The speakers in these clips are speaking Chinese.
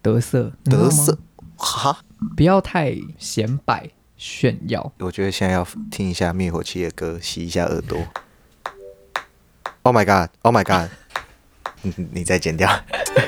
得瑟， 得瑟哈， 不要太显摆炫耀。 我觉得现在要听一下灭火器的歌，洗一下耳朵。Oh my god! Oh my god! 你再剪掉。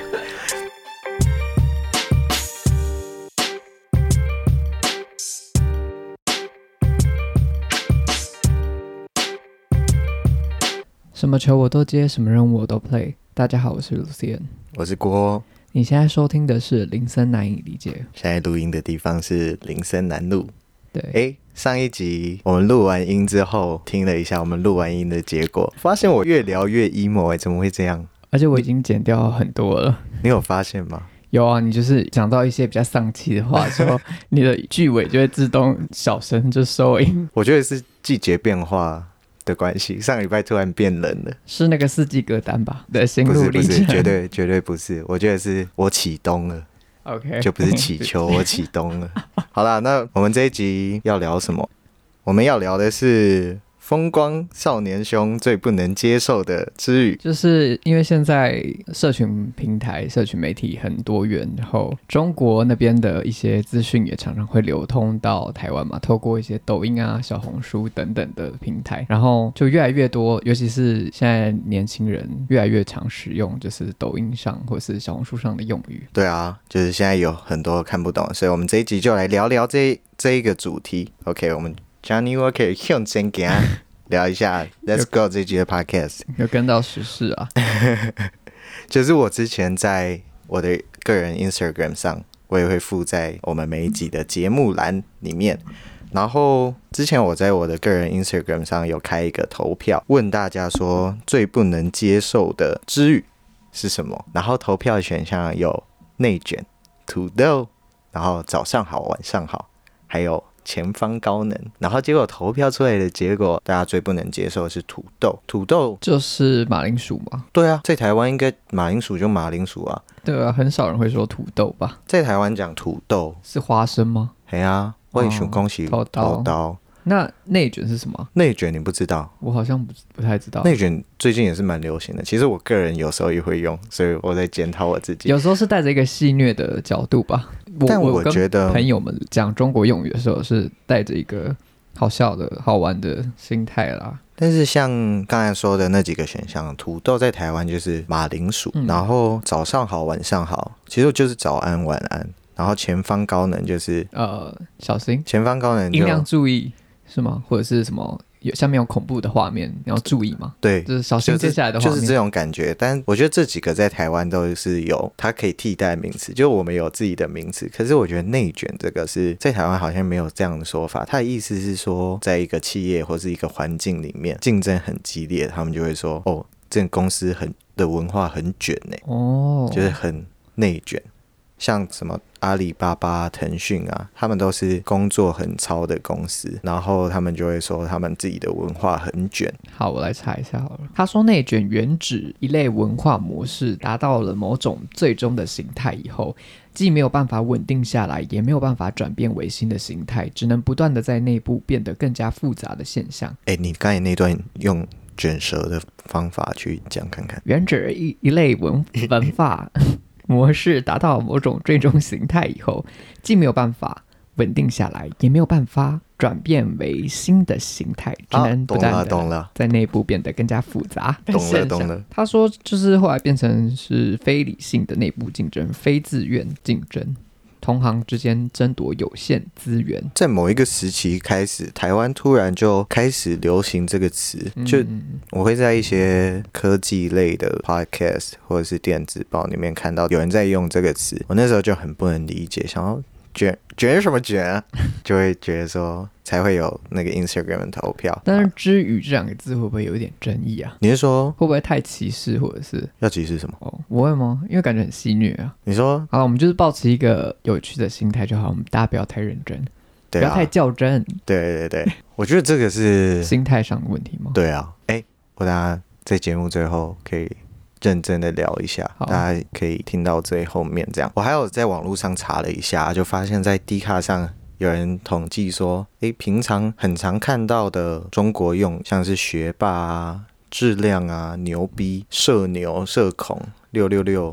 什么球我都接，什么任务我都 play。大家好，我是 Lucian， 我是郭。 你现在收听的是林森难以理解。 现在录音的地方是林森南路。 对， 上一集我们录完音之后，听了一下我们录完音的结果，发现我越聊越 emo 怎么会这样？ 而且我已经剪掉很多了。 你有发现吗？ 有啊，你就是讲到一些比较丧气的话之后，你的句尾就会自动小声就收音。 我觉得是季节变化的关系，上个礼拜突然变冷了， 是那个四季歌单吧的心路历程？ 不是，绝对不是。我觉得是我启动了。 OK， 就不是祈求，我启动了。好啦，那我们这一集要聊什么？我们要聊的是风光少年兄最不能接受的之语， 就是因为现在社群平台、社群媒体很多元，然后中国那边的一些资讯也常常会流通到台湾嘛，透过一些抖音啊、小红书等等的平台，然后就越来越多，尤其是现在年轻人越来越常使用，就是抖音上或是小红书上的用语。 对啊，就是现在有很多看不懂，所以我们这一集就来聊聊这一个主题。OK， 我们Johnny Walker 向前行聊一下 Let's Go 这一集的 Podcast， 有跟到时事啊。 就是我之前在我的个人 Instagram 上，我也会附在我们每一集的节目栏里面。然后之前我在我的个人 Instagram 上有开一个投票，问大家说最不能接受的之语是什么。然后投票的选项有内卷、土豆，然后早上好、晚上好，还有前方高能。然后结果投票出来的结果，大家最不能接受的是土豆。土豆就是马铃薯嘛。 对啊，在台湾应该马铃薯就马铃薯啊。 对啊，很少人会说土豆吧？ 在台湾讲土豆是花生吗？ 嘿啊，我也想恭喜头刀。那内卷是什么？ 内卷你不知道？ 我好像不太知道。 内卷最近也是蛮流行的，其实我个人有时候也会用，所以我在检讨我自己。 有时候是带着一个戏谑的角度吧。 但我觉得朋友们讲中国用语的时候是带着一个好笑的好玩的心态啦。 但是像刚才说的那几个选项，土豆在台湾就是马铃薯，然后早上好晚上好其实就是早安晚安，然后前方高能就是小心前方高能就音量注意是吗？或者是什么下面有恐怖的画面你要注意吗？ 对， 就是小心接下来的画面， 就是这种感觉。但我觉得这几个在台湾都是有它可以替代名词，就我们有自己的名词。可是我觉得内卷这个是在台湾好像没有这样的说法。它的意思是说，在一个企业或是一个环境里面竞争很激烈，他们就会说哦，这个公司的文化很卷就是很内卷。像什么阿里巴巴、腾讯啊，他们都是工作很操的公司，然后他们就会说他们自己的文化很卷。 好，我来查一下好了。他说内卷原指一类文化模式达到了某种最终的形态以后，既没有办法稳定下来，也没有办法转变为新的形态，只能不断的在内部变得更加复杂的现象。 你刚才那段用卷舌的方法去讲看看。 原指一类文化模式达到某种最终形态以后，既没有办法稳定下来，也没有办法转变为新的形态，只能不断的在内部变得更加复杂的现象。 懂了。 他说就是后来变成是非理性的内部竞争，非自愿竞争，同行之间争夺有限资源。 在某一个时期开始，台湾突然就开始流行这个词，就我会在一些科技类的 podcast 或者是电子报里面看到有人在用这个词，我那时候就很不能理解，想要卷什么卷啊，就会觉得说才会有那个 Instagram 的投票。 但是之语这两个字会不会有一点争议啊？ 你是说会不会太歧视，或者是要歧视什么？ 不会吗？因为感觉很戏谑啊。 你说好了，我们就是抱持一个有趣的心态就好，我们大家不要太认真，不要太较真。 对，我觉得这个是心态上的问题吗？ 对啊，我等下在节目最后可以认真的聊一下，大家可以听到最后面这样。我还有在网络上查了一下，就发现在 Dcard 上有人统计说，平常很常看到的中国用，像是学霸啊、质量啊、牛逼、社牛、社恐、666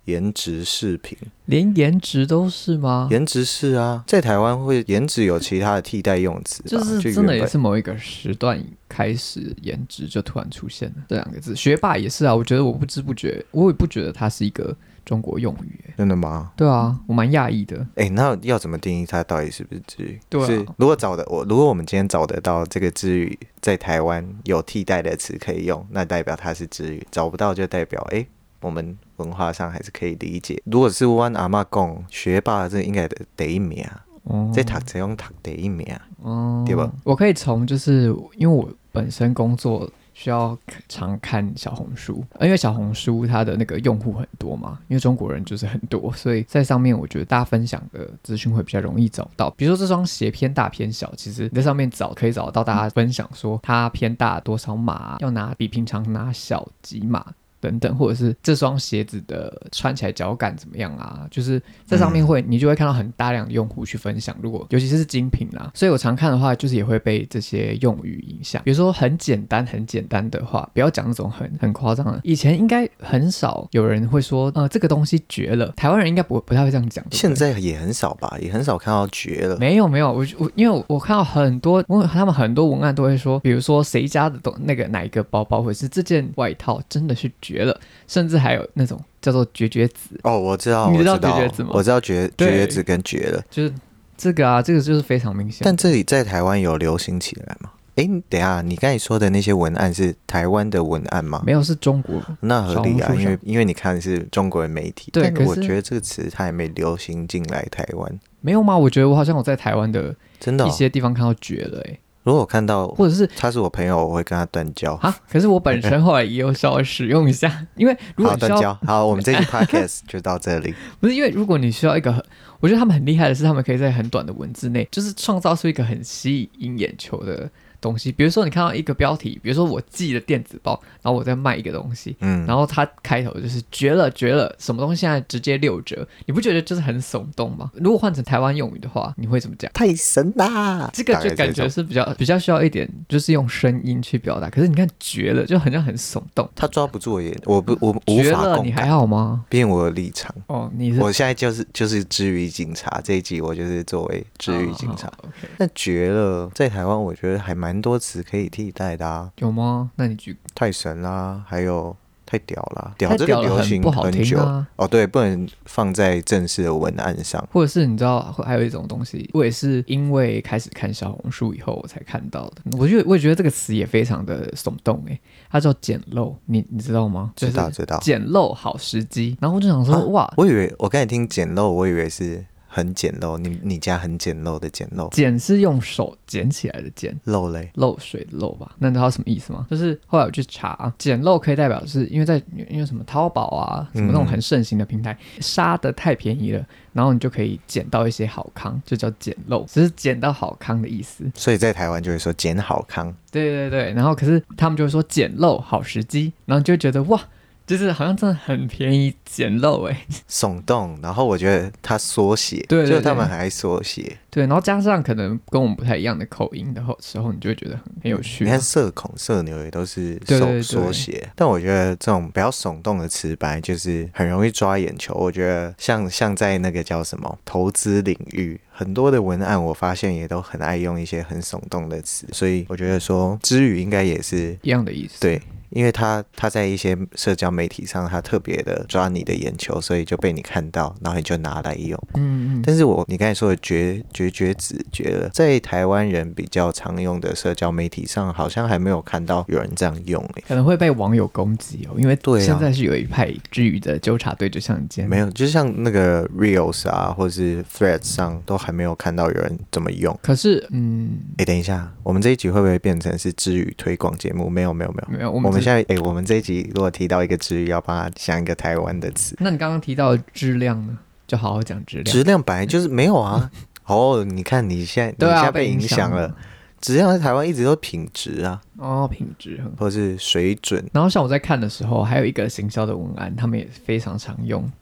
颜值饰品， 连颜值都是吗？ 颜值是啊，在台湾会颜值有其他的替代用词吧， 就是真的也是某一个时段开始，颜值就突然出现了这两个字。学霸也是啊，我觉得我不知不觉，我也不觉得它是一个中国用语。 真的吗？ 对啊，我蛮讶异的。 那要怎么定义它到底是不是支语？ 对啊， 是如果我们今天找得到这个支语在台湾有替代的词可以用，那代表它是支语；找不到就代表我们文化上还是可以理解。如果是阮阿嬷讲学霸，这应该第一名，这读册用读第一名，对吧？ 我可以从就是因为我本身工作需要常看小红书，因为小红书它的那个用户很多嘛，因为中国人就是很多，所以在上面我觉得大家分享的资讯会比较容易找到。比如说这双鞋偏大偏小，其实你在上面可以找到大家分享说它偏大多少码，要拿比平常拿小几码等等，或者是这双鞋子的穿起来脚感怎么样啊，就是在上面你就会看到很大量的用户去分享，如果尤其是精品啦，所以我常看的话就是也会被这些用语影响。比如说很简单的话，不要讲那种很夸张的，以前应该很少有人会说这个东西绝了，台湾人应该不太会这样讲，对不对？ 现在也很少吧，也很少看到绝了。 没有因为我看到他们很多文案都会说，比如说谁家的那个哪一个包包，或者是这件外套真的是绝了，甚至还有那种叫做绝子。 我知道， 你知道绝子吗？ 我知道绝子跟绝了， 就是这个就是非常明显。 但这里在台湾有流行起来吗？等一下，你刚才说的那些文案是台湾的文案吗？ 没有，是中国。 那合理啊，因为你看的是中国的媒体。 对， 但我觉得这个词它还没流行进来台湾。 没有吗？我觉得我好像有在台湾的真的一些地方看到绝了如果我看到， 或者是他是我朋友，我会跟他断交啊。可是我本身后来也有稍微使用一下，因为如果你需要断交，好，我们这期 podcast 就到这里。 不是因为如果你需要一个我觉得他们很厉害的是，他们可以在很短的文字内，就是创造出一个很吸引眼球的东西。比如说你看到一个标题，比如说我寄了电子报，然后我在卖一个东西，然后它开头就是绝了，什么东西现在直接6折，你不觉得就是很耸动吗？如果换成台湾用语的话，你会怎么讲？ 太神啦！ 这个就感觉是比较需要一点，就是用声音去表达。可是你看绝了，就很像很耸动， 他抓不住我无法绝了，你还好吗？ 毕竟我有立场我现在就是支语警察，这一集我就是作为支语警察。那绝了，在台湾我觉得还蛮多词可以替代的啊。 有吗？那你举太神啦，还有太屌啦，屌这个流行很久对，不能放在正式的文案上。 或者是你知道还有一种东西，我也是因为开始看小红书以后我才看到的。我也觉得这个词也非常的耸动它叫简陋，你知道吗？ 知道简陋好时机。然后我就想说哇， 我以为我刚才听简陋，我以为是很简陋，你家很简陋的简陋， 简是用手捡起来的捡， 漏嘞， 漏水的漏吧？那你知道什么意思吗？就是后来我去查，简陋可以代表是因为什么淘宝啊，什么那种很盛行的平台，杀得太便宜了，然后你就可以捡到一些好康，就叫简陋，只是捡到好康的意思。 所以在台湾就会说捡好康， 对，然后可是他们就会说捡漏好时机，然后你就会觉得哇。就是好像真的很便宜简陋耸动，然后我觉得它缩写， 对， 就他们还缩写， 对，然后加上可能跟我们不太一样的口音的时候，你就会觉得很有趣。 你看社恐、社牛也都是缩写，但我觉得这种比较耸动的词本来就是很容易抓眼球。我觉得像在那个叫什么投资领域，很多的文案我发现也都很爱用一些很耸动的词，所以我觉得说支语应该也是一样的意思， 对。因为他在一些社交媒体上，他特别的抓你的眼球，所以就被你看到，然后你就拿来用。但是你刚才说的绝子绝了，在台湾人比较常用的社交媒体上，好像还没有看到有人这样用可能会被网友攻击因为现在是有一派支语的纠察队，就像你今天没有，就像那个 Reels 啊，或是 Threads 上都还没有看到有人这么用。 可是等一下，我们这一集会不会变成是支语推广节目？没有，我们现在我们这一集如果提到一个支语，要帮他想一个台湾的词。 那你刚刚提到的质量呢？就好好讲质量。 质量本来就是没有啊。你看你现在被影响了。质量在台湾一直都品质啊。 品质或是水准。 然后像我在看的时候，还有一个行销的文案，他们也非常常用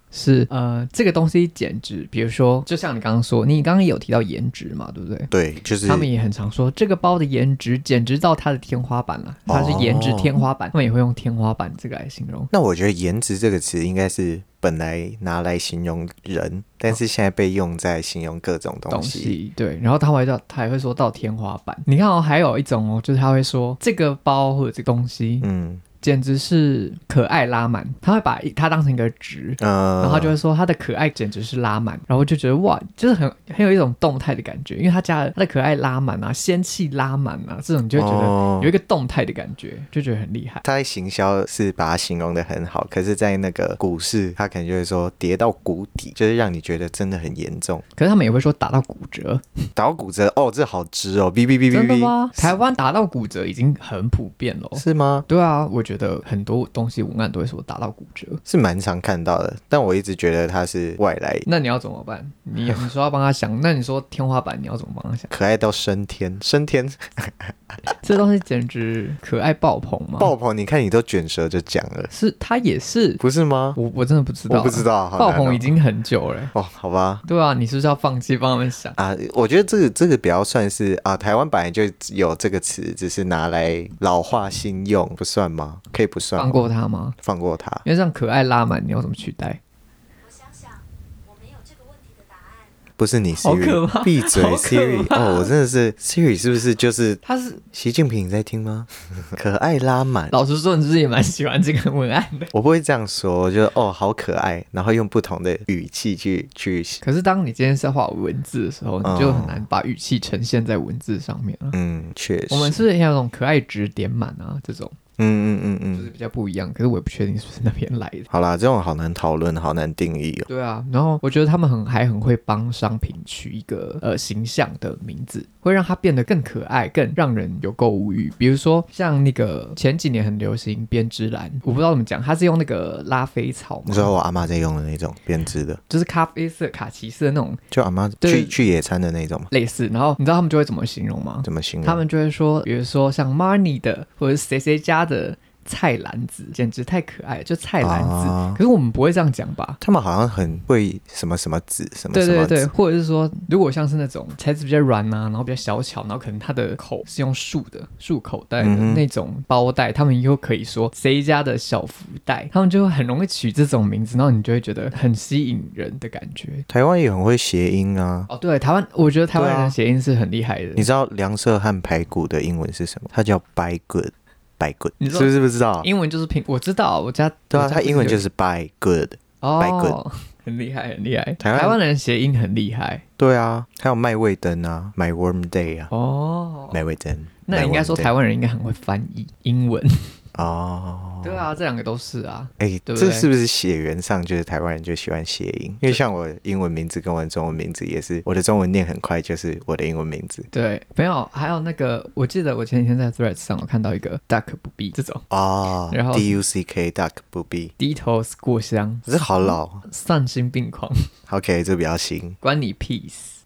是这个东西简直，比如说，就像你刚刚说，你刚刚也有提到颜值嘛，对不对？ 对，就是他们也很常说这个包的颜值简直到它的天花板了，它是颜值天花板，他们也会用天花板这个来形容。 那我觉得颜值这个词应该是本来拿来形容人，但是现在被用在形容各种东西。 对，然后他还会说到天花板。你看哦，还有一种哦，就是他会说这个包或者这个东西，简直是可爱拉满，他会把它当成一个值，然后他就会说他的可爱简直是拉满，然后就觉得哇，就是很有一种动态的感觉，因为他加了他的可爱拉满啊，仙气拉满啊，这种你就会觉得有一个动态的感觉，就觉得很厉害。 他在行销是把它形容的很好，可是在那个股市，他可能就会说跌到谷底，就是让你觉得真的很严重。 可是他们也会说打到骨折， 打到骨折哦，这好直哦，哔哔哔哔哔。 真的吗？台湾打到骨折已经很普遍了， 是吗？ 对啊，我觉得很多东西文案都会说打到骨折， 是蛮常看到的，但我一直觉得它是外来。 那你要怎么办？你说要帮他想，那你说天花板你要怎么帮他想？ 可爱到升天，升天， 这东西简直可爱爆棚吗？ 爆棚！你看你都卷舌就讲了， 是他也是不是吗？ 我真的不知道， 我不知道， 爆棚已经很久了哦，好吧。 对啊，你是不是要放弃帮他们想啊？我觉得这个比较算是啊，台湾本来就有这个词，只是拿来老化新用，不算吗？可以不算？ 放过他吗？ 放过他， 因为这样可爱拉满，你要怎么取代？ 我想想，我没有这个问题的答案。 不是你 Siri， 好可怕， 闭嘴 Siri！哦，我真的是 Siri， 是不是就是他是习近平你在听吗？可爱拉满。 老实说，你是不是也蛮喜欢这个文案的？ 我不会这样说，我觉得哦好可爱，然后用不同的语气去。 可是当你今天是画文字的时候，你就很难把语气呈现在文字上面了。 确实。 我们是不是也有那种可爱值点满啊？这种。就是比较不一样，可是我也不确定是不是那边来的。 好啦，这种好难讨论，好难定义哦。 对啊，然后我觉得他们还很会帮商品取一个形象的名字，会让它变得更可爱，更让人有购物欲。比如说像那个前几年很流行编织篮，我不知道怎么讲，它是用那个拉菲草嘛。 你说我阿嬷在用的那种编织的， 就是咖啡色、卡其色那种， 就阿嬷去野餐的那种吗？ 类似。然后你知道他们就会怎么形容吗？ 怎么形容？ 他们就会说，比如说像 Marni 的，或者是谁谁家的菜篮子，简直太可爱了，就菜篮子。可是我们不会这样讲吧？ 他们好像很会什么什么籽，什么什么籽。 对，或者是说，如果像是那种材质比较软啊，然后比较小巧，然后可能它的口是用束口袋的那种包袋，他们又可以说谁家的小福袋，他们就很容易取这种名字，然后你就会觉得很吸引人的感觉。 台湾也很会谐音啊。 哦，对，台湾，我觉得台湾人的谐音是很厉害的。 你知道凉色和排骨的英文是什么？它叫 buy good。buy good， 你是不是不知道？ 英文就是我知道，我家对啊，它英文就是 buy good。buy good， 很厉害，很厉害。台湾人谐音很厉害。 对啊，还有麦味登啊 ，My Warm Day 啊。麦味登。 那应该说台湾人应该很会翻译英文。 哦， 对啊，这两个都是啊。 对不对？这是不是血缘上就是台湾人就喜欢谐音？因为像我英文名字跟我的中文名字也是，我的中文念很快，就是我的英文名字。 对，没有，还有那个，我记得我前几天在 Threads 上我看到一个 duck 不必这种然后 DUCK duck 不必低头过香， 这好老， 丧心病狂。 OK， 这比较新， 关你 peace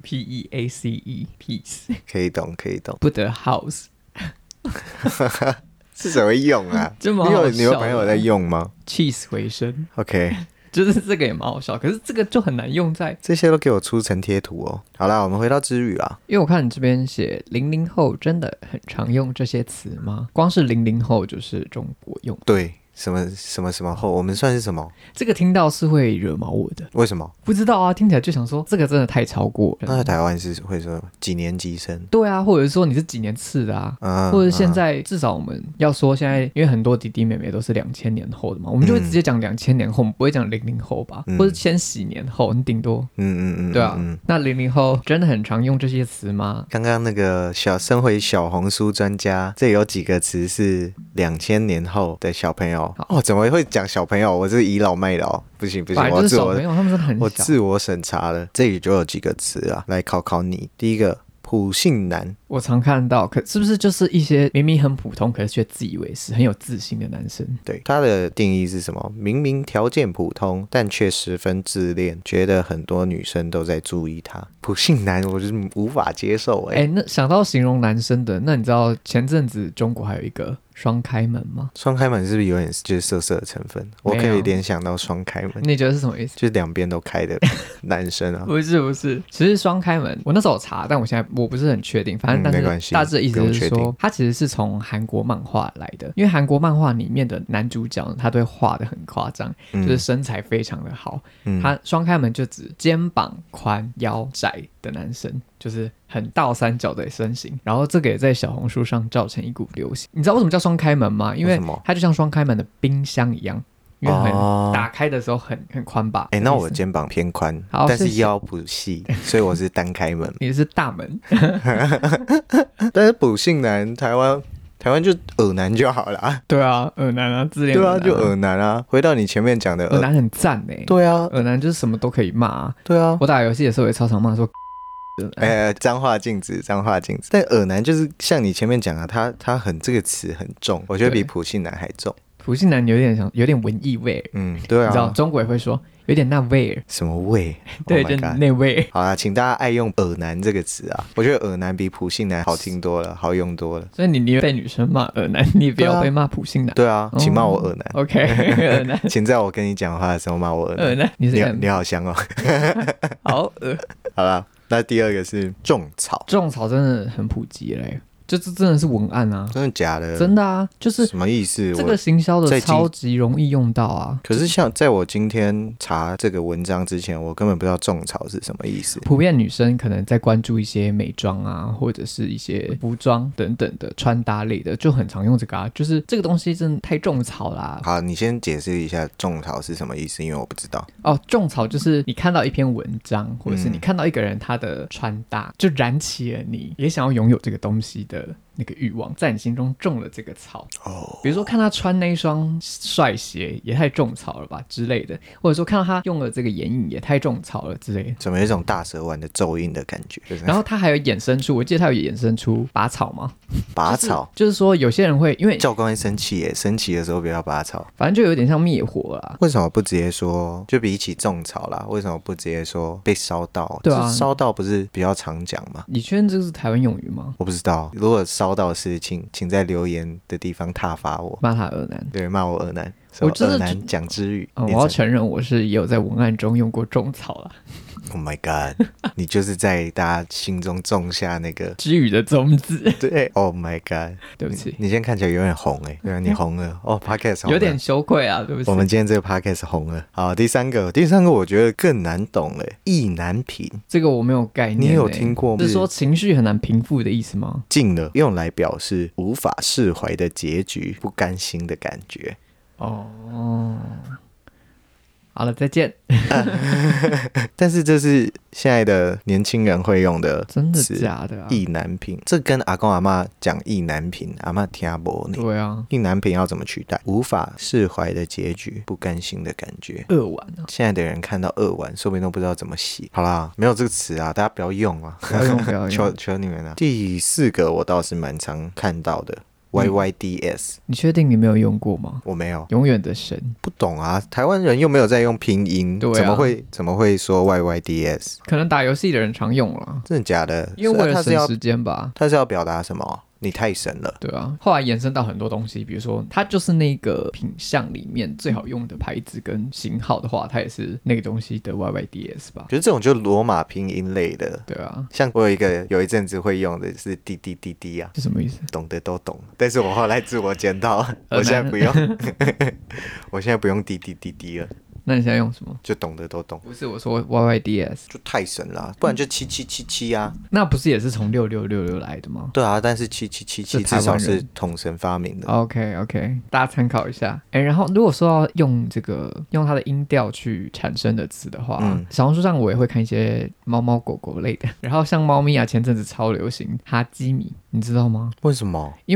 PEACE peace， 可以懂。 不得 house。 是谁会用啊？你有朋友在用吗 ？Cheese 回声 ，OK， 就是这个也蛮好笑，可是这个就很难用在这些都给我出成贴图哦。好啦，我们回到之语啊， 因为我看你这边写00后真的很常用这些词吗？光是00后就是中国用， 对。什么后，我们算是什么？ 这个听到是会惹毛我的。 为什么？ 不知道啊，听起来就想说这个真的太超过了。 那在台湾是会说几年级生？ 对啊，或者是说你是几年次的啊？或者现在至少我们要说现在，因为很多弟弟妹妹都是2000年后的嘛，我们就会直接讲2000年后，我们不会讲00后吧？或者千禧年后，你顶多对啊。那00后真的很常用这些词吗？ 刚刚那个身为小红书专家，这有几个词是2000年后的小朋友。怎么会讲小朋友？我是倚老卖老，不行， 我自我他们真的很小， 我自我审查了。这里就有几个词啊，来考考你。第一个，普信男， 我常看到，可是不是就是一些明明很普通，可是却自以为是、很有自信的男生？ 对，他的定义是什么？明明条件普通，但却十分自恋，觉得很多女生都在注意他。普信男，我就是无法接受那想到形容男生的，那你知道前阵子中国还有一个双开门吗？ 双开门是不是有点就是色色的成分？我可以联想到双开门， 你觉得是什么意思？ 就是两边都开的男生啊。 不是，其实双开门，我那时候有查，但我现在我不是很确定。反正但是大致的意思是说，它其实是从韩国漫画来的，因为韩国漫画里面的男主角他对画的很夸张，就是身材非常的好。他双开门就指肩膀宽、腰窄的男生，就是很倒三角的身形。然后这个也在小红书上造成一股流行。你知道为什么叫双开门吗？因为它就像双开门的冰箱一样。因为很打开的时候很宽吧。 那我肩膀偏宽，但是腰不细，所以我是单开门。 你是大门。 但是普信男台湾就耳男就好了。 对啊，耳男啊，自恋耳男啊。 对啊，就耳男啊。回到你前面讲的， 耳男很赞欸。 对啊， 耳男就是什么都可以骂啊。 对啊， 我打游戏的时候也超常骂说。 脏话禁止，脏话禁止。但耳男就是像你前面讲的，他很这个词很重，我觉得比普信男还重。 普信男有点文艺味儿， 对啊， 你知道中国也会说有点那味儿， 什么味？ 对，就那味。 好啦，请大家爱用耳男这个词啊，我觉得耳男比普信男好听多了，好用多了。 所以你被女生骂耳男，你不要被骂普信男。 对啊，请骂我耳男。 OK， 耳男， 请在我跟你讲话的时候骂我耳男。你好香哦。 好好啦，那第二个是种草。 种草真的很普及嘞。这真的是文案啊。 真的假的？ 真的啊，就是什么意思？ 这个行销的超级容易用到啊。 可是像在我今天查这个文章之前，我根本不知道种草是什么意思。 普遍女生可能在关注一些美妆啊，或者是一些服装等等的穿搭类的，就很常用这个啊。就是这个东西真的太种草啦。 好，你先解释一下种草是什么意思，因为我不知道。 种草就是你看到一篇文章，或者是你看到一个人他的穿搭，就燃起了你也想要拥有这个东西的那个欲望，在你心中种了这个草。比如说看他穿那一双帅鞋也太种草了吧之类的，或者说看到他用了这个眼影也太种草了之类的。 怎么有一种大蛇丸的咒印的感觉？ 然后他还有衍生出，我记得他有衍生出拔草吗？ 拔草、 就是说有些人会因为教官会生气耶，升旗的时候不要拔草， 反正就有点像灭火啦。 为什么不直接说？就比起种草啦，为什么不直接说被烧到？ 对啊， 烧到不是比较常讲吗？ 你确认这是台湾用语吗？ 我不知道，如果烧到的事情，请在留言的地方挞伐我， 骂他耳男， 对，骂我耳男， 我真的耳男讲之语。 我要承认，我是也有在文案中用过种草啦。 Oh my god！ 你就是在大家心中种下那个之语的种子。 对 ，Oh my god！ 对不起， 你现在看起来有点红哎，对啊，你红了哦 ，Podcast 红了， 有点羞愧啊，对不起。 我们今天这个 Podcast 红了。好，第三个我觉得更难懂嘞，意难平。 这个我没有概念， 你有听过吗？ 是说情绪很难平复的意思吗？ 尽了，用来表示无法释怀的结局，不甘心的感觉。 哦。好了，再见。 但是这是现在的年轻人会用的词， 真的假的啊？ 意难平，这跟阿公阿嬷讲意难平，阿嬷听不懂。 对啊， 意难平要怎么取代？无法释怀的结局，不甘心的感觉。 扼腕啊！ 现在的人看到扼腕，说不定都不知道怎么写。好啦，没有这个词啊，大家不要用啊， 不要用，不要用， 求你们啊。第四个我倒是蛮常看到的。YYDS， 你确定你没有用过吗？ 我没有。 永远的神， 不懂啊，台湾人又没有在用拼音， 对啊， 怎么会说 YYDS？ 可能打游戏的人常用了， 真的假的？ 因为为了省时间吧。 他是要表达什么？你太神了。 对啊，后来延伸到很多东西，比如说它就是那个品项里面最好用的牌子跟型号的话，它也是那个东西的 YYDS 吧。 可是这种就罗马拼音类的。 对啊， 像我有一阵子会用的是滴滴滴滴啊， 是什么意思？ 懂的都懂，但是我后来自我检讨，我现在不用，我现在不用滴滴滴滴了。 那你现在用什么？ 就懂的都懂。 不是我说 YYDS， 就太神了，不然就7777啊。 那不是也是从6666来的吗？ 对啊，但是7777至少是统神发明的。 OK， 大家参考一下。然后如果说要用用它的音调去产生的词的话，小红书上我也会看一些猫猫狗狗类的。然后像猫咪啊，前阵子超流行哈基米，你知道吗？ 为什么？ 因为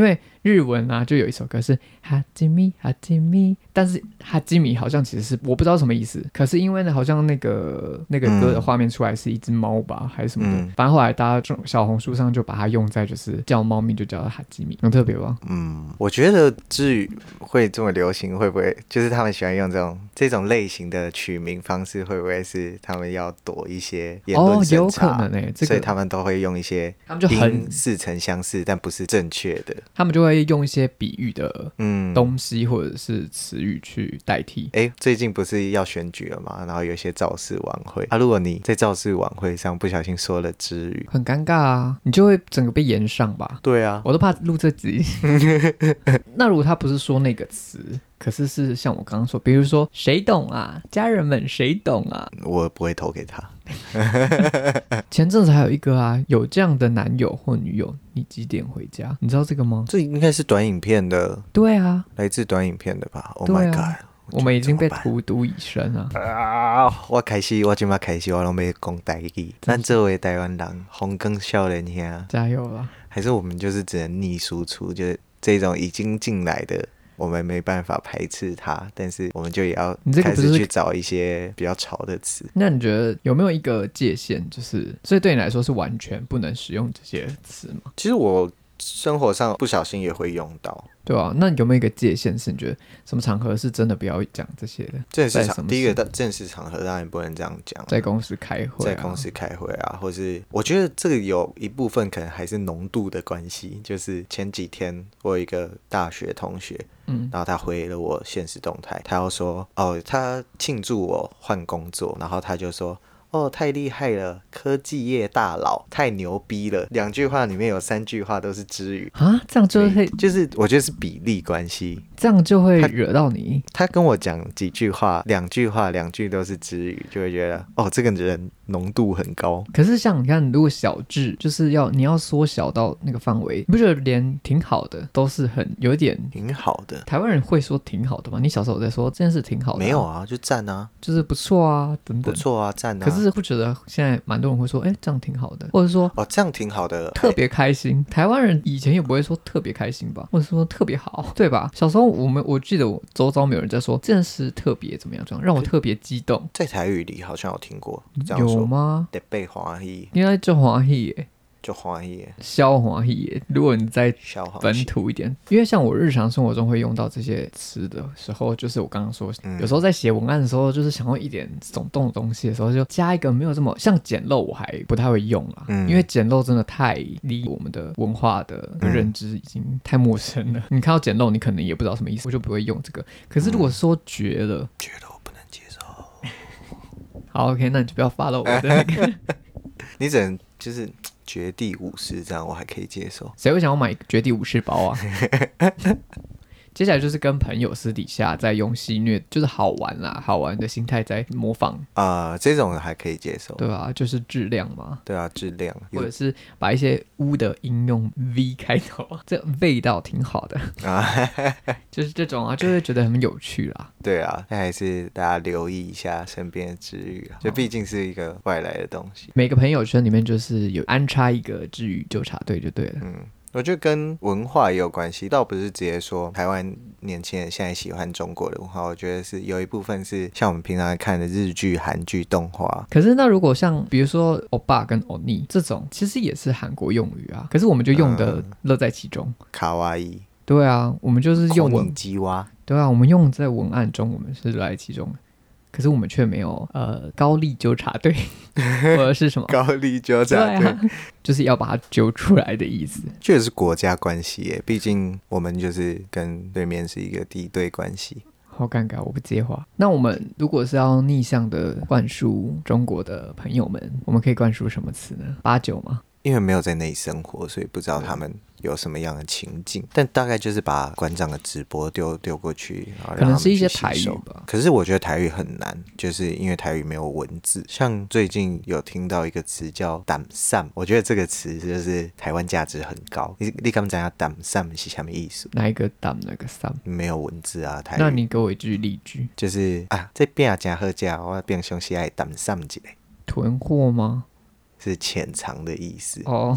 日文啊，就有一首歌是哈基米哈基米，但是哈基米好像其实是我不知道什么意思，可是因为呢，好像那个歌的画面出来是一只猫吧，还是什么的，反正后来大家小红书上就把它用在就是叫猫咪就叫它哈基米，很特别吧？ 我觉得至于会这么流行，会不会就是他们喜欢用这种类型的取名方式，会不会是他们要躲一些言论审查？ 有可能这个， 所以他们都会用一些他们就很似曾相识但不是正确的， 他们就会用一些比喻的东西或者是词语去代替。 最近不是要选举了嘛，然后有一些造势晚会如果你在造势晚会上不小心说了支语， 很尴尬啊，你就会整个被延上吧？ 对啊， 我都怕录这集。那如果他不是说那个词，可是像我刚刚说，比如说谁懂啊，家人们谁懂啊， 我不会投给他。 前阵子还有一个啊，有这样的男友或女友，你几点回家？你知道这个吗？ 这应该是短影片的， 对啊， 来自短影片的吧 ？Oh 对 my 啊 god！ 我们已经被荼毒已深啊！ 我今麦开始我都要讲台语，咱作为台湾人，红光少年兄， 加油啦！ 还是我们就是只能逆输出，就是这种已经进来的，我们没办法排斥它，但是我们就也要开始去找一些比较潮的词。 那你觉得有没有一个界限，就是所以对你来说是完全不能使用这些词吗？ 其实我生活上不小心也会用到。 对啊，那有没有一个界限是你觉得什么场合是真的不要讲这些的？ 正式场，第一个正式场合当然不能这样讲， 在公司开会在公司开会啊，或是我觉得这个有一部分可能还是浓度的关系。就是前几天我有一个大学同学，然后他回了我现实动态，他要说他庆祝我换工作，然后他就说太厉害了，科技业大佬，太牛逼了。2句话里面有3句话都是支语啊，这样就会就是我觉得是比例关系， 这样就会惹到你。 他跟我讲几句话，2句话2句都是支语，就会觉得这个人浓度很高。 可是像你看，如果小字就是你要缩小到那个范围，你不觉得连挺好的都是有一点挺好的？ 台湾人会说挺好的吗？你小时候在说这件事挺好的， 没有啊，就赞啊， 就是不错啊，等等， 不错啊，赞啊。 可是不觉得现在蛮多人会说，这样挺好的，或者说这样挺好的， 特别开心。台湾人以前也不会说特别开心吧，或者说特别好，对吧？小时候我记得我周遭没有人在说这件事特别怎么样，这样让我特别激动。 在台语里好像有听过这样说， 有吗？ 特别欢喜， 应该就欢喜耶。 就欢喜， 消欢喜耶。如果你在本土一点，因为像我日常生活中会用到这些词的时候，就是我刚刚说，有时候在写文案的时候，就是想要一点耸动的东西的时候，就加一个没有这么像简陋，我还不太会用啦，因为简陋真的太离我们的文化的认知已经太陌生了。你看到简陋，你可能也不知道什么意思，我就不会用这个。可是如果说绝了我不能接受。 好 ，OK， 那你就不要follow我的那个。 你只能就是绝地武士这样，我还可以接受。 谁会想要买绝地武士包啊？接下来就是跟朋友私底下在用戏谑，就是好玩啦，好玩的心态在模仿这种还可以接受， 对啊，就是质量嘛， 对啊，质量， 或者是把一些污的音用 V 开头，这味道挺好的啊，就是这种啊，就会觉得很有趣啦。 对啊，那还是大家留意一下身边的支语啊，就毕竟是一个外来的东西。 每个朋友圈里面就是有安插一个支语纠察队就对了。 我觉得跟文化也有关系，倒不是直接说台湾年轻人现在喜欢中国的文化，我觉得是有一部分是像我们平常看的日剧、韩剧、动画。 可是那如果像比如说欧巴跟欧尼这种，其实也是韩国用语啊，可是我们就用的乐在其中。 卡哇伊。 对啊，我们就是用文基蛙。对啊，我们用在文案中，我们是乐在其中。可是我们却没有高丽纠察队或者是什么高丽纠察队、 就是要把它揪出来的意思。 这也是国家关系耶，毕竟我们就是跟对面是一个敌对关系。 好尴尬，我不接话。那我们如果是要逆向的灌输中国的朋友们，我们可以灌输什么词呢？89吗？ 因为没有在那里生活，所以不知道他们有什么样的情境，但大概就是把馆长的直播丢过去，然后让他们去吸收。可能是一些台语吧。可是我觉得台语很难，就是因为台语没有文字。像最近有听到一个词叫胆散，我觉得这个词就是台湾价值很高。你敢知道胆散是什么意思？ 哪一个胆哪个散？ 没有文字啊，台语。 那你给我一句例句， 就是这饼真好吃，我平常时爱胆散一下。 囤货吗？ 是潜藏的意思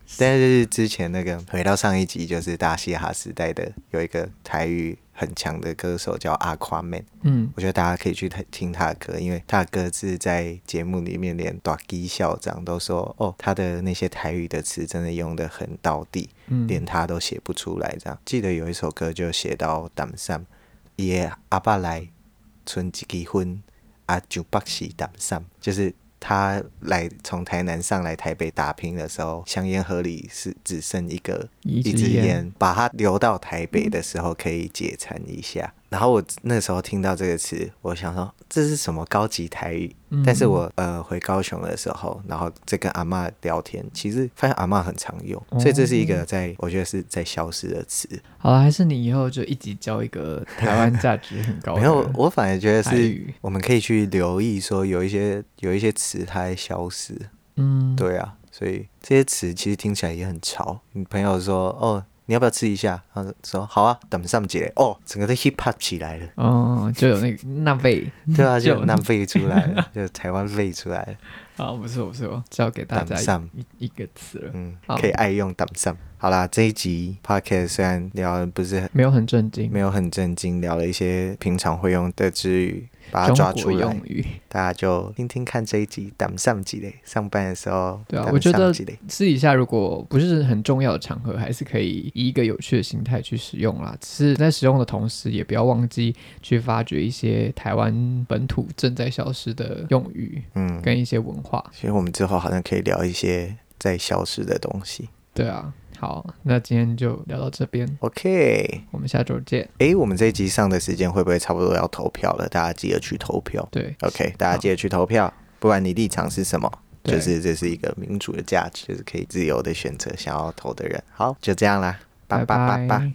但是之前那个回到上一集，就是大嘻哈时代的有一个台语很强的歌手叫阿夸妹，我觉得大家可以去听他的歌，因为他的歌是在节目里面连大基校长都说，哦，他的那些台语的词真的用得很道地，连他都写不出来这样。记得有一首歌就写到淡山，伊的阿爸来存一支婚，啊就北是淡山，就是他从台南上来台北打拼的时候，香烟盒里是只剩一支烟，把它留到台北的时候可以解馋一下。然后我那时候听到这个词，我想说这是什么高级台语？但是我回高雄的时候，然后在跟阿嬷聊天，其实发现阿嬷很常用，所以这是一个我觉得是在消失的词。 好了，还是你以后就一集教一个台湾价值很高的。 没有，我反而觉得是我们可以去留意说有一些词它在消失。对啊，所以这些词其实听起来也很潮。你朋友说哦，你要不要吃一下？他说好啊，等上节哦，整个都 hip hop 起来了。 哦，就有那个那味。 对啊，就有那味出来了，就台湾味出来了。 好，不错不错，教给大家一个词了。 可以爱用等上。好啦，这一集 podcast 虽然聊的不是没有很震惊， 聊了一些平常会用的字语，把它抓出来， 中国用语， 大家就听听看这一集等上集嘞。上班的时候， 对啊，我觉得私底下如果不是很重要的场合，还是可以以一个有趣的心态去使用啦。只是在使用的同时，也不要忘记去发掘一些台湾本土正在消失的用语，跟一些文化。 所以我们之后好像可以聊一些在消失的东西。 对啊，好，那今天就聊到这边。 OK， 我们下周见。 我们这一集上的时间会不会差不多要投票了？大家记得去投票。 对 ，OK， 大家记得去投票，不管你立场是什么，就是这是一个民主的价值，就是可以自由的选择想要投的人。好，就这样啦，拜拜拜拜。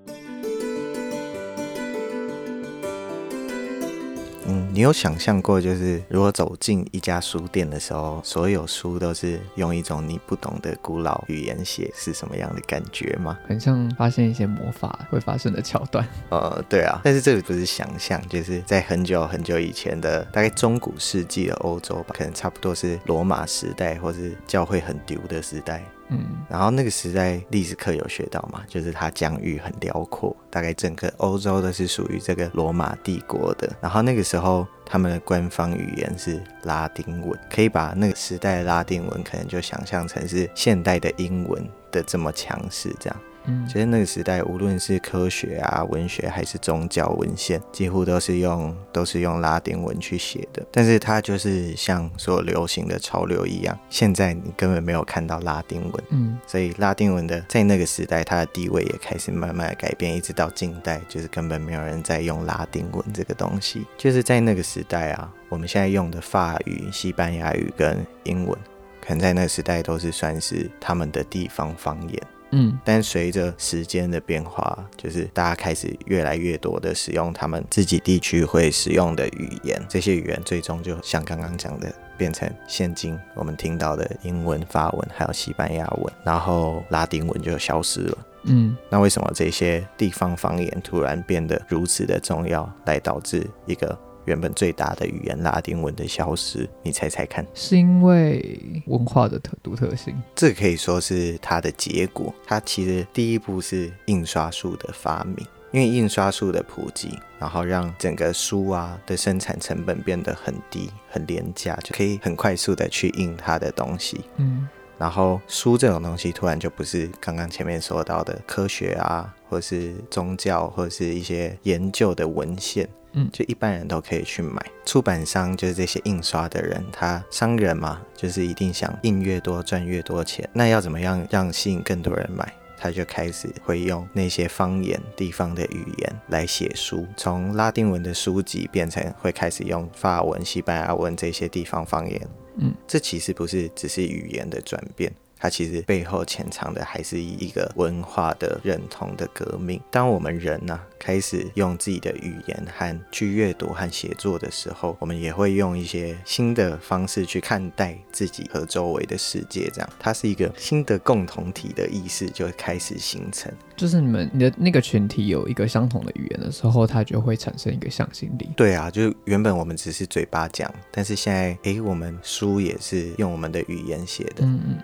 你有想象过，就是如果走进一家书店的时候，所有书都是用一种你不懂的古老语言写，是什么样的感觉吗？ 很像发现一些魔法会发生的桥段。 对啊，但是这个不是想象，就是在很久很久以前的大概中古世纪的欧洲吧，可能差不多是罗马时代或是教会很丢的时代。然后那个时代历史课有学到嘛，就是它疆域很辽阔，大概整个欧洲都是属于这个罗马帝国的。然后那个时候他们的官方语言是拉丁文，可以把那个时代的拉丁文可能就想象成是现代的英文的这么强势这样。其实那个时代无论是科学啊、文学还是宗教文献，几乎都是用拉丁文去写的。但是它就是像所有流行的潮流一样，现在你根本没有看到拉丁文。所以拉丁文的在那个时代它的地位也开始慢慢的改变，一直到近代就是根本没有人在用拉丁文这个东西。就是在那个时代啊，我们现在用的法语、西班牙语跟英文，可能在那个时代都是算是他们的地方方言。但随着时间的变化，就是大家开始越来越多的使用他们自己地区会使用的语言，这些语言最终就像刚刚讲的变成现今我们听到的英文、法文还有西班牙文，然后拉丁文就消失了。那为什么这些地方方言突然变得如此的重要，来导致一个原本最大的语言拉丁文的消失？你猜猜看。 是因为文化的独特性？ 这可以说是它的结果。它其实第一步是印刷术的发明，因为印刷术的普及，然后让整个书啊的生产成本变得很低很廉价，就可以很快速的去印它的东西。然后书这种东西突然就不是刚刚前面说到的科学啊，或是宗教，或是一些研究的文献，就一般人都可以去买。出版商就是这些印刷的人，他商人嘛，就是一定想印越多赚越多钱。那要怎么样让吸引更多人买？他就开始会用那些方言地方的语言来写书，从拉丁文的书籍变成会开始用法文、西班牙文这些地方方言。这其实不是只是语言的转变，它其实背后潜藏的还是一个文化的认同的革命。当我们人开始用自己的语言和去阅读和写作的时候，我们也会用一些新的方式去看待自己和周围的世界，这样它是一个新的共同体的意识就会开始形成。 就是你的那个群体有一个相同的语言的时候，它就会产生一个向心力。 对啊，就原本我们只是嘴巴讲，但是现在我们书也是用我们的语言写的。那今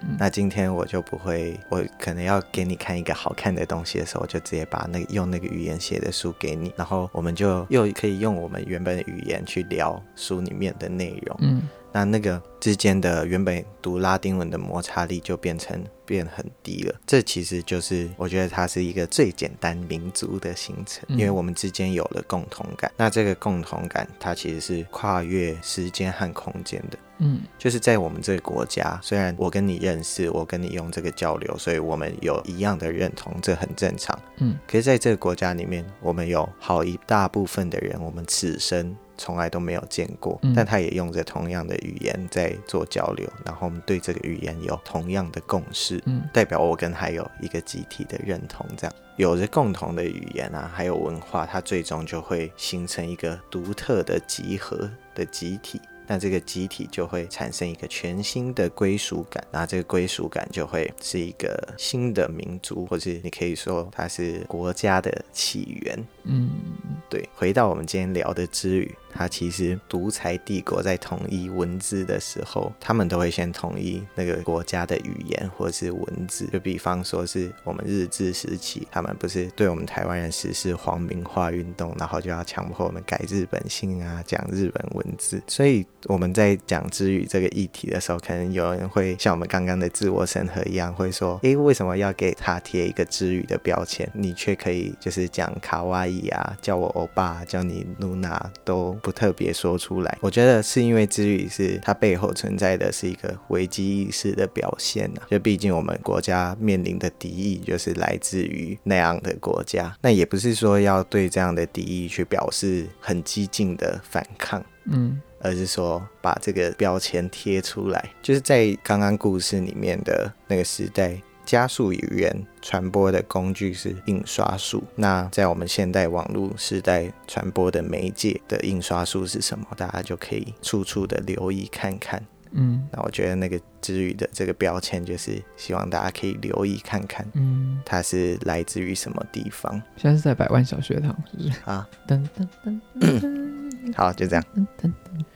天我就不会，我可能要给你看一个好看的东西的时候，我就直接把用那个语言写的书给你，然后我们就又可以用我们原本的语言去聊书里面的内容。那个之间的原本读拉丁文的摩擦力就变很低了。这其实就是我觉得它是一个最简单民族的形成，因为我们之间有了共同感。那这个共同感它其实是跨越时间和空间的。就是在我们这个国家，虽然我跟你认识，我跟你用这个交流，所以我们有一样的认同，这很正常。可是在这个国家里面，我们有好一大部分的人，我们此生从来都没有见过，但他也用着同样的语言在做交流，然后我们对这个语言有同样的共识，代表我跟还有一个集体的认同。这样有着共同的语言啊，还有文化，它最终就会形成一个独特的集合的集体。那这个集体就会产生一个全新的归属感，那这个归属感就会是一个新的民族，或是你可以说它是国家的起源。对，回到我们今天聊的之语，它其实独裁帝国在统一文字的时候，他们都会先统一那个国家的语言或是文字。就比方说是我们日治时期，他们不是对我们台湾人实施皇民化运动，然后就要强迫我们改日本姓啊，讲日本文字。所以我们在讲之语这个议题的时候，可能有人会像我们刚刚的自我审核一样，会说为什么要给他贴一个之语的标签，你却可以就是讲卡哇伊啊，叫我欧巴，叫你露娜，都不特别说出来。我觉得是因为之语是它背后存在的是一个危机意识的表现啊，就毕竟我们国家面临的敌意就是来自于那样的国家，那也不是说要对这样的敌意去表示很激进的反抗，而是说把这个标签贴出来。就是在刚刚故事里面的那个时代，加速语言传播的工具是印刷术，那在我们现代网络时代传播的媒介的印刷术是什么，大家就可以处处的留意看看。那我觉得那个之语的这个标签就是希望大家可以留意看看，它是来自于什么地方。 现在是在百万小学堂是不是？ 啊， 噔噔噔噔好，就这样。 噔噔噔